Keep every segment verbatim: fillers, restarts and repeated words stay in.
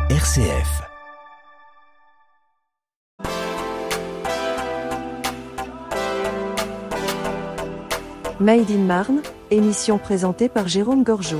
R C F. Made in Marne, émission présentée par Jérôme Gorgeau.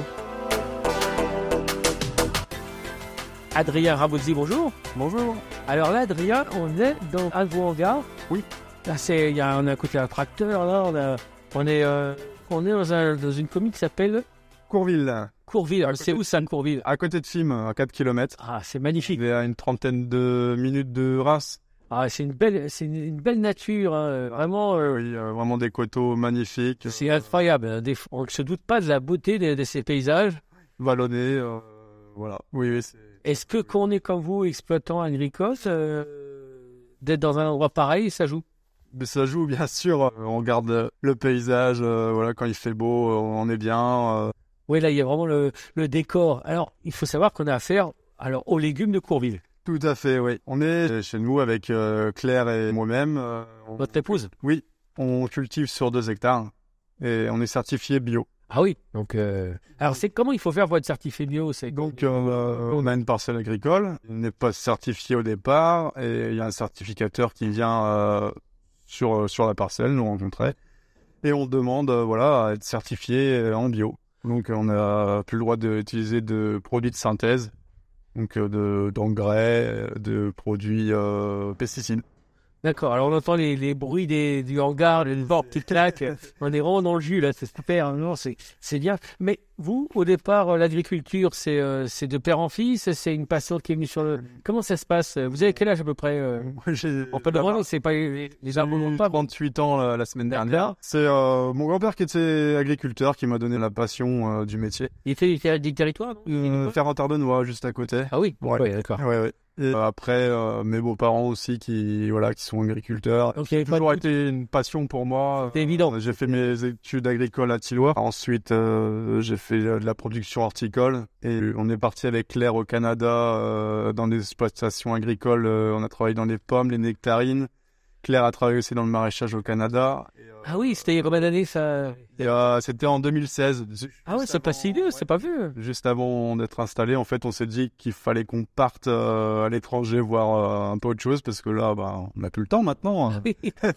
Adrien Rabozzi, bonjour. Bonjour. Alors là, Adrien, on est dans un de vos hangars. Oui. Là, c'est, y a, on a à côté un tracteur, là, on, a, on est, euh, on est dans, un, dans une commune qui s'appelle Courville. Courville. Alors, c'est où ça, Courville? À côté de Fismes, à quatre kilomètres. Ah, c'est magnifique. Il y a une trentaine de minutes de Reims. Ah, c'est une belle, c'est une, une belle nature, hein. Vraiment. Euh, Oui, euh, vraiment des coteaux magnifiques. C'est incroyable. Hein. Des, on ne se doute pas de la beauté de, de ces paysages. Vallonnés, euh, voilà. Oui, oui. C'est... Est-ce que quand on est comme vous, exploitant agricole, euh, d'être dans un endroit pareil, ça joue? Mais ça joue, bien sûr. Euh, on regarde le paysage. Euh, voilà, quand il fait beau, euh, on est bien. Euh... Oui, là, il y a vraiment le, le décor. Alors, il faut savoir qu'on a affaire alors, aux légumes de Courville. Tout à fait, oui. On est chez nous avec euh, Claire et moi-même. Euh, on... Votre épouse? Oui, on cultive sur deux hectares et on est certifié bio. Ah oui, donc... Euh... Alors, c'est comment il faut faire pour être certifié bio? C'est... Donc, euh, on a une parcelle agricole. Il n'est pas certifié au départ et il y a un certificateur qui vient euh, sur, sur la parcelle, nous rencontrer. Et on demande euh, voilà, à être certifié en bio. Donc, on n'a plus le droit d'utiliser de produits de synthèse. Donc euh, de, d'engrais, de produits euh, pesticides. D'accord, alors on entend les, les bruits des, du hangar, les portes qui claquent, on est vraiment dans le jus là, c'est super, non, c'est, c'est bien. Mais vous, au départ, euh, l'agriculture, c'est, euh, c'est de père en fils, c'est une passion qui est venue sur le... Comment ça se passe? Vous avez quel âge à peu près? euh... J'ai... On peut demander, c'est pas les, les arbres non pas. trente-huit ans la, la semaine dernière. C'est euh, mon grand-père qui était agriculteur qui m'a donné la passion euh, du métier. Il était du, du territoire, non euh, Ferrand-Ardenois, juste à côté. Ah oui, ouais, ouais, d'accord. Ouais, ouais. Et euh, après, euh, mes beaux-parents aussi qui, voilà, qui sont agriculteurs. Donc, ça a toujours de... été une passion pour moi. C'est évident. J'ai fait mes études agricoles à Tilloy. Ensuite, euh, j'ai fait de la production horticole. Et on est parti avec Claire au Canada euh, dans des exploitations agricoles. Euh, on a travaillé dans les pommes, les nectarines. Claire a travaillé aussi dans le maraîchage au Canada. Et, euh, ah oui, c'était il y a combien d'années ça? Et, euh, c'était en deux mille seize. Ah ouais, c'est pas si vieux, ouais. C'est pas vieux. Juste avant d'être installé, en fait, on s'est dit qu'il fallait qu'on parte euh, à l'étranger voir euh, un peu autre chose parce que là, bah, on n'a plus le temps maintenant. Hein.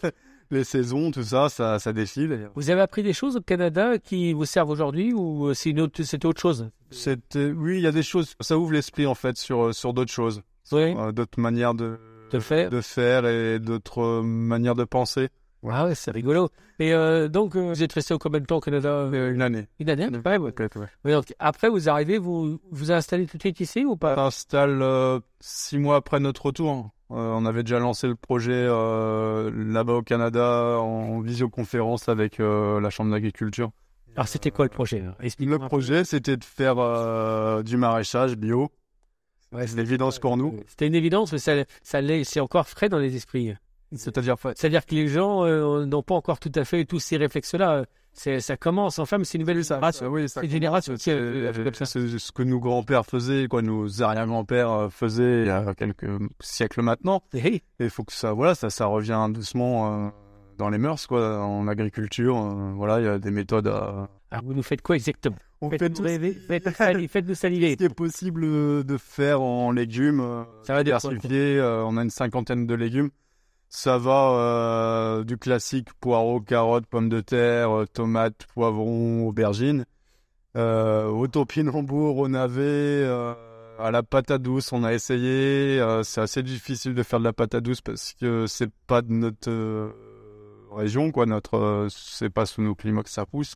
Les saisons, tout ça, ça, ça défile. Vous avez appris des choses au Canada qui vous servent aujourd'hui ou c'est une autre, c'était autre chose? C'était, oui, il y a des choses. Ça ouvre l'esprit en fait sur sur d'autres choses, oui. euh, d'autres manières de de faire, de faire et d'autres manières de penser. Ouais. Ah ouais, c'est rigolo. Et euh, donc, euh, vous êtes resté combien de temps au Canada? euh, Une année. Une année, ouais, ouais. Okay, ouais. Ouais, donc, après, vous arrivez, vous vous installez tout de suite ici ou pas? On s'installe euh, six mois après notre retour. Euh, on avait déjà lancé le projet euh, là-bas au Canada en visioconférence avec euh, la Chambre d'agriculture. Alors, c'était quoi le projet? Le projet, c'était de faire euh, du maraîchage bio. Ouais, c'est une évidence pour nous. C'était une évidence, mais ça, ça l'est, c'est encore frais dans les esprits. C'est-à-dire, c'est-à-dire que les gens euh, n'ont pas encore tout à fait tous ces réflexes-là. C'est, ça commence, enfin, mais c'est une nouvelle génération. Oui, ça c'est une génération qui euh, c'est, c'est ce que nos grands-pères faisaient, quoi, nos arrière-grands-pères faisaient il y a quelques siècles maintenant. Et il faut que ça, voilà, ça, ça revient doucement euh, dans les mœurs, quoi, en agriculture. Euh, voilà, il y a des méthodes à... Alors, vous nous faites quoi exactement? On faites, fait nous rêver, faites, faites-nous saliver. Ce qui est possible de faire en légumes, euh, ça va diversifier. Euh, on a une cinquantaine de légumes. Ça va euh, du classique poireaux, carottes, pommes de terre, euh, tomates, poivrons, aubergines, euh, au topinambour, au navet, euh, à la patate douce. On a essayé. Euh, c'est assez difficile de faire de la patate douce parce que c'est pas de notre euh, région, quoi. Notre, euh, c'est pas sous nos climats que ça pousse.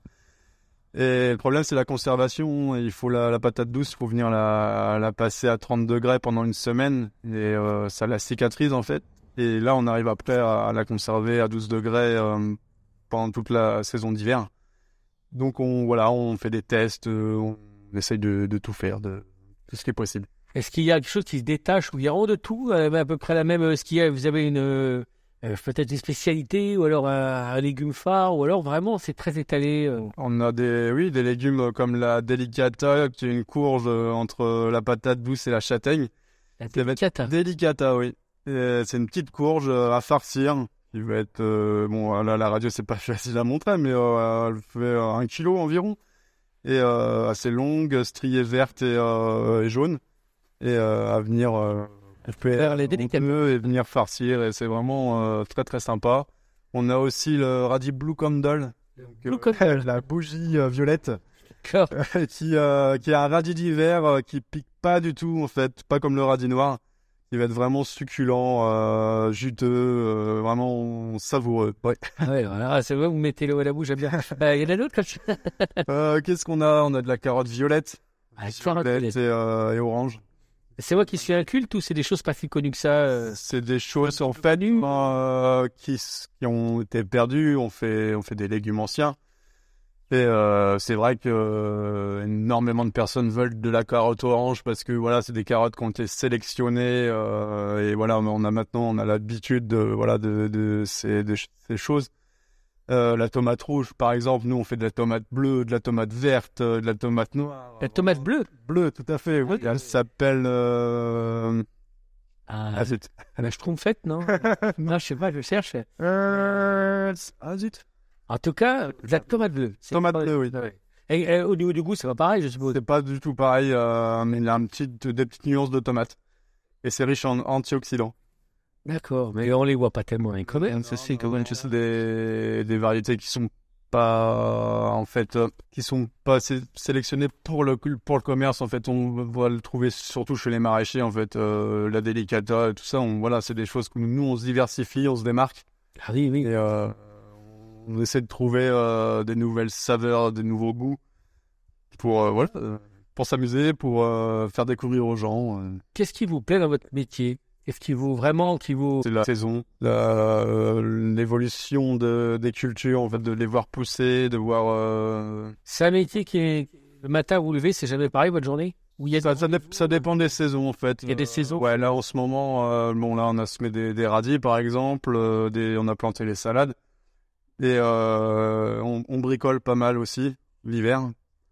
Et le problème, c'est la conservation. Il faut la, la patate douce, il faut venir la, la passer à trente degrés pendant une semaine. Et euh, ça la cicatrise, en fait. Et là, on arrive après à, à la conserver à douze degrés euh, pendant toute la saison d'hiver. Donc, on, voilà, on fait des tests, euh, on essaye de, de tout faire, de tout ce qui est possible. Est-ce qu'il y a quelque chose qui se détache ou il y a de tout, à peu près la même, est-ce qu'il y a, vous avez une... Euh... Euh, peut-être des spécialités ou alors un, un légume phare ou alors vraiment c'est très étalé. Euh... On a des oui des légumes comme la delicata qui est une courge euh, entre la patate douce et la châtaigne. La delicata. Delicata oui. Et c'est une petite courge euh, à farcir qui va être euh, bon là la radio c'est pas facile à montrer mais euh, elle fait euh, un kilo environ et euh, assez longue, striée verte et, euh, et jaune. et euh, à venir euh, faire les délicats et venir farcir. Et c'est vraiment euh, très très sympa. On a aussi le radis Blue Candle, Blue Candle. la bougie euh, violette, D'accord. qui, euh, qui est un radis d'hiver euh, qui pique pas du tout en fait, pas comme le radis noir. Il va être vraiment succulent, euh, juteux, euh, vraiment savoureux. Ouais. Ah ouais, voilà, c'est vrai, vous mettez l'eau à la bouche, j'aime bien. Bah, il y en a d'autres comme ça. Euh, qu'est-ce qu'on a? On a de la carotte violette, Ah, carotte violette violette. et, euh, et orange. C'est moi qui suis un culte ou c'est des choses pas si connues que ça euh... C'est des choses en fait euh, qui, s- qui ont été perdues. On fait, on fait des légumes anciens. Et euh, c'est vrai que euh, énormément de personnes veulent de la carotte orange parce que voilà, c'est des carottes qui ont été sélectionnées euh, et voilà, on a maintenant on a l'habitude de voilà de, de ces, de ces choses. Euh, la tomate rouge, par exemple, nous on fait de la tomate bleue, de la tomate verte, euh, de la tomate noire. La tomate bleue. Bleue, tout à fait. Oui. Ok. Elle s'appelle. Euh... Ah, Ah, zut. la schtroumpfette, non? Non, je sais pas, je cherche. Euh... Ah zut. En tout cas, de la tomate bleue. C'est Tomate pas- bleue, oui. Et, et au niveau du goût, c'est pas pareil, je suppose. C'est pas du tout pareil, euh, mais il y a un petit, des petites nuances de tomate. Et c'est riche en antioxydants. D'accord, mais on les voit pas tellement hein, quand même. Ça, c'est quand même. C'est des, des variétés qui sont pas, en fait, euh, qui sont pas sé- sélectionnées pour le, pour le commerce. En fait, on va le trouver surtout chez les maraîchers, en fait, euh, la delicata et tout ça. On, voilà, c'est des choses que nous, on se diversifie, on se démarque. Ah oui, oui. Et euh, on essaie de trouver euh, des nouvelles saveurs, des nouveaux goûts pour, euh, voilà, euh, pour s'amuser, pour euh, faire découvrir aux gens. euh. Qu'est-ce qui vous plaît dans votre métier? Qu'est-ce qui vous vraiment, qui vous... C'est la saison, la- euh, l'évolution de, des cultures, en fait, de les voir pousser, de voir. euh, C'est un métier qui est... Le matin, vous vous levez, c'est jamais pareil, votre journée? Ou il y a Ça, ça, dé- ça dépend des saisons, en fait. Il y a des Euh, saisons. Ouais, là, en ce moment, euh, bon, là, on a semé des, des radis, par exemple, euh, des, on a planté les salades. Et euh, on, on bricole pas mal aussi, l'hiver.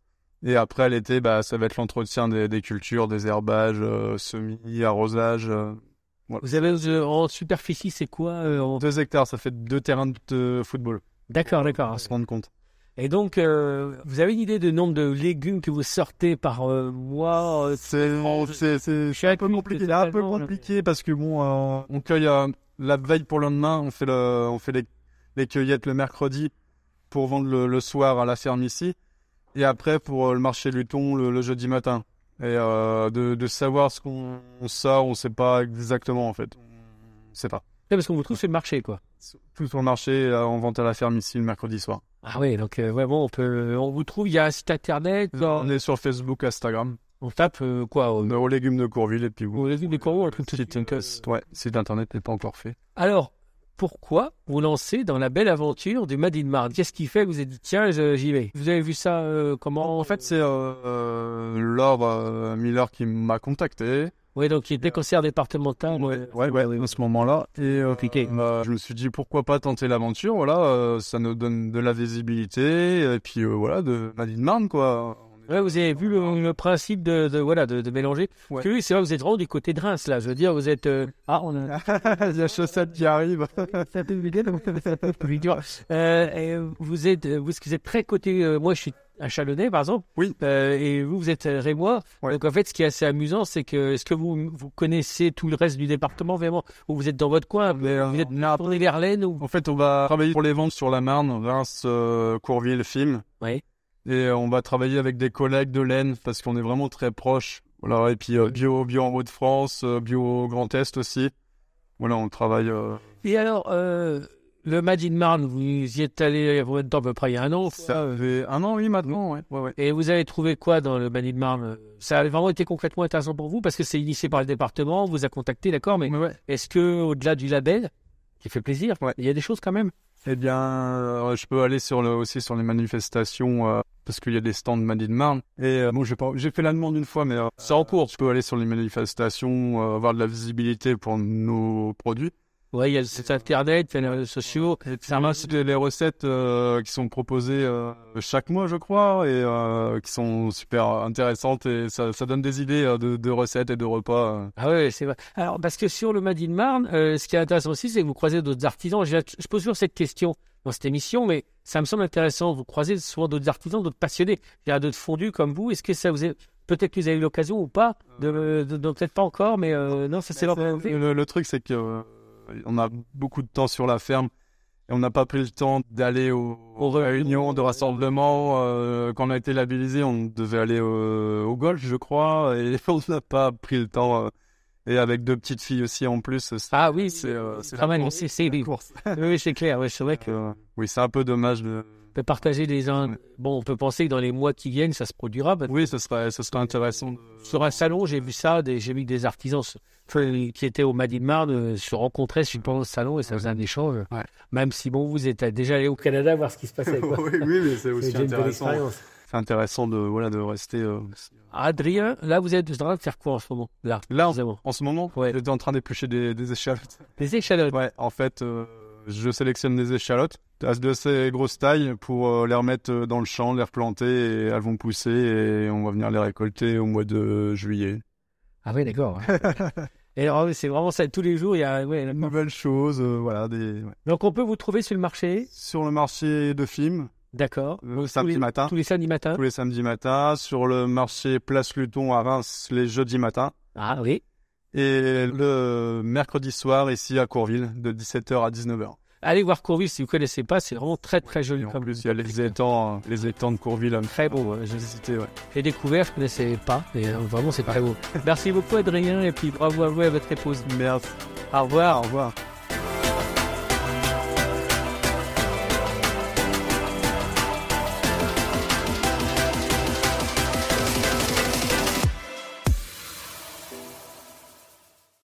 Et après, l'été, bah, ça va être l'entretien des, des cultures, des herbages, euh, semis, arrosage. euh, Vous avez euh, en superficie, c'est quoi euh, en- Deux hectares, ça fait deux terrains de football. D'accord, d'accord. On se rend compte. Et donc, euh, vous avez une idée du nombre de légumes que vous sortez par euh, mois euh, C'est c'est- c'est- suis c'est un peu accusé compliqué. de C'est un peu totalement, là. compliqué parce que bon, euh, on cueille euh, la veille pour le lendemain, on fait, le, on fait les, les cueillettes le mercredi pour vendre le, le soir à la ferme ici. Et après pour euh, le marché Luton le, le jeudi matin. Et euh, de, de savoir ce qu'on on sort, on sait pas exactement en fait. On sait pas. Ouais, parce qu'on vous trouve sur le marché, quoi. Tout sur le marché, euh, on vend à la ferme ici le mercredi soir. Ah oui, donc euh, vraiment, on peut, on vous trouve. Il y a un site internet. On est sur Facebook, Instagram. On tape euh, quoi On au- est aux légumes de Courville et puis vous. aux légumes des coraux, un truc de Site, ouais, site internet n'est pas encore fait. Alors, pourquoi vous lancez dans la belle aventure du Made in Marne? Qu'est-ce qui fait que vous avez dit tiens, je- j'y vais? Vous avez vu ça euh, comment? En fait, c'est euh, euh, Laure euh, Miller qui m'a contacté. Oui, donc il était conseillère départementale. Ouais, ouais, ouais, à ce moment-là. Et euh, Compliqué. euh, je me suis dit pourquoi pas tenter l'aventure. Voilà, euh, ça nous donne de la visibilité et puis euh, voilà, de Made in Marne quoi. Ouais, vous avez vu le, le principe de, de voilà de, de mélanger. Ouais. Parce que oui, c'est vrai, vous êtes vraiment du côté de Reims là. Je veux dire, vous êtes euh, ah on a La chaussette qui arrive. ça peut m'aider, donc, plus dur. Euh, et vous êtes vous, vous êtes très côté. euh, moi, je suis un Chalonnais par exemple. Oui. Euh, et vous, vous êtes euh, Rémois. Ouais. Donc en fait, ce qui est assez amusant, c'est que est-ce que vous vous connaissez tout le reste du département vraiment, ou vous êtes dans votre coin, Mais, euh, vous êtes on a- tourné vers l'Aisne ou En fait, on va travailler pour les ventes sur la Marne, Reims, euh, Courville, Film. ouais. Et on va travailler avec des collègues de l'Aisne parce qu'on est vraiment très proches. Voilà, et puis euh, bio, bio en Hauts-de-France, euh, bio au Grand Est aussi. Voilà, on travaille. euh, Et alors, euh, le Made in Marne, vous y êtes allé il y a combien de temps à peu près? Il y a un an. quoi. Ça fait un an, oui, maintenant, ouais. ouais, ouais. Et vous avez trouvé quoi dans le Made in Marne? Ça a vraiment été concrètement intéressant pour vous parce que c'est initié par le département, on vous a contacté, d'accord, mais Ouais, ouais. est-ce que au-delà du label, qui fait plaisir, Ouais. il y a des choses quand même? Eh bien, euh, je peux aller sur le, aussi sur les manifestations euh, parce qu'il y a des stands de Made in Marne. Et euh, bon, j'ai pas, j'ai fait la demande une fois, mais euh, C'est en cours. je peux aller sur les manifestations, euh, avoir de la visibilité pour nos produits. Ouais, il y a le site internet, il y a les réseaux sociaux. Ça marche les, les recettes euh, qui sont proposées euh, chaque mois, je crois, et euh, qui sont super intéressantes et ça, ça donne des idées euh, de, de recettes et de repas. euh. Ah ouais, c'est vrai. Alors, parce que sur le Made in Marne, euh, ce qui est intéressant aussi, c'est que vous croisez d'autres artisans. Je, je pose toujours cette question dans cette émission, mais ça me semble intéressant. Vous croisez souvent d'autres artisans, d'autres passionnés. Il y a d'autres fondus comme vous. Est-ce que ça vous est Peut-être que vous avez eu l'occasion ou pas, de, de, de- peut-être pas encore, mais euh, non, ça c'est leur volonté. Le, le truc, c'est que euh, on a beaucoup de temps sur la ferme et on n'a pas pris le temps d'aller aux, aux réunions de rassemblement. Euh, quand on a été labellisé, on devait aller au, au golf, je crois, et on n'a pas pris le temps. Euh, et avec deux petites filles aussi en plus. C'est, Ah oui, c'est, euh, c'est quand la même, course. c'est, c'est, La course. oui, c'est clair, oui, c'est vrai que. Euh, oui, c'est un peu dommage de. On peut partager les uns. Ouais. Bon, on peut penser que dans les mois qui viennent, ça se produira. parce que Oui, ce serait, ce serait intéressant. De... Sur un salon, j'ai vu ça, des, j'ai vu que des artisans se- qui étaient au Madi de Marne euh, se rencontraient sur le salon et ça faisait un échange. Ouais. Même si, bon, vous êtes déjà allé au Canada voir ce qui se passait. Quoi. oui, oui, mais c'est aussi C'est déjà une belle intéressant. expérience. C'est intéressant de, voilà, de rester. Euh... Adrien, là, vous êtes en train de faire quoi en ce moment? Là, Là, en, précisément. en ce moment, Ouais. j'étais en train d'éplucher des, des échalotes. Les échalotes. Ouais, en fait, euh, je sélectionne des échalotes de ces grosses tailles pour euh, les remettre dans le champ, les replanter et elles vont pousser et on va venir les récolter au mois de juillet. Ah oui, d'accord. Et alors, oui, c'est vraiment ça. Tous les jours, il y a. Ouais, Nouvelles choses, euh, voilà. Des... Ouais. donc, on peut vous trouver sur le marché. Sur le marché de films, D'accord. le Tous samedi les- matin. Tous les samedis matins. Tous les samedis matins. Sur le marché Place Luton à Reims, les jeudis matins. Ah oui. Et le mercredi soir, ici à Courville, de dix-sept heures à dix-neuf heures. Allez voir Courville si vous connaissez pas. C'est vraiment très, très joli. Et en comme plus, il y a les étangs, euh, les étangs de Courville. Très beau. J'ai visité, ouais. J'ai découvert, je connaissais pas. Et euh, vraiment, c'est très beau. Merci beaucoup, Adrien. Et puis, bravo à vous et à votre épouse. Merci. Au revoir. Au revoir.